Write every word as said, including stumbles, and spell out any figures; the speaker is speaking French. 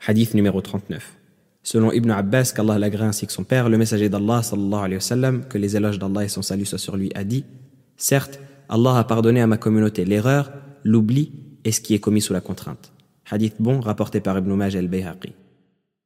Hadith numéro trente-neuf. Selon Ibn Abbas, qu'Allah l'agrée ainsi que son père, le messager d'Allah, sallallahu alayhi wa sallam, que les éloges d'Allah et son salut soient sur lui, a dit: certes, Allah a pardonné à ma communauté l'erreur, l'oubli et ce qui est commis sous la contrainte. Hadith bon, rapporté par Ibn Majah al-Bayhaqi.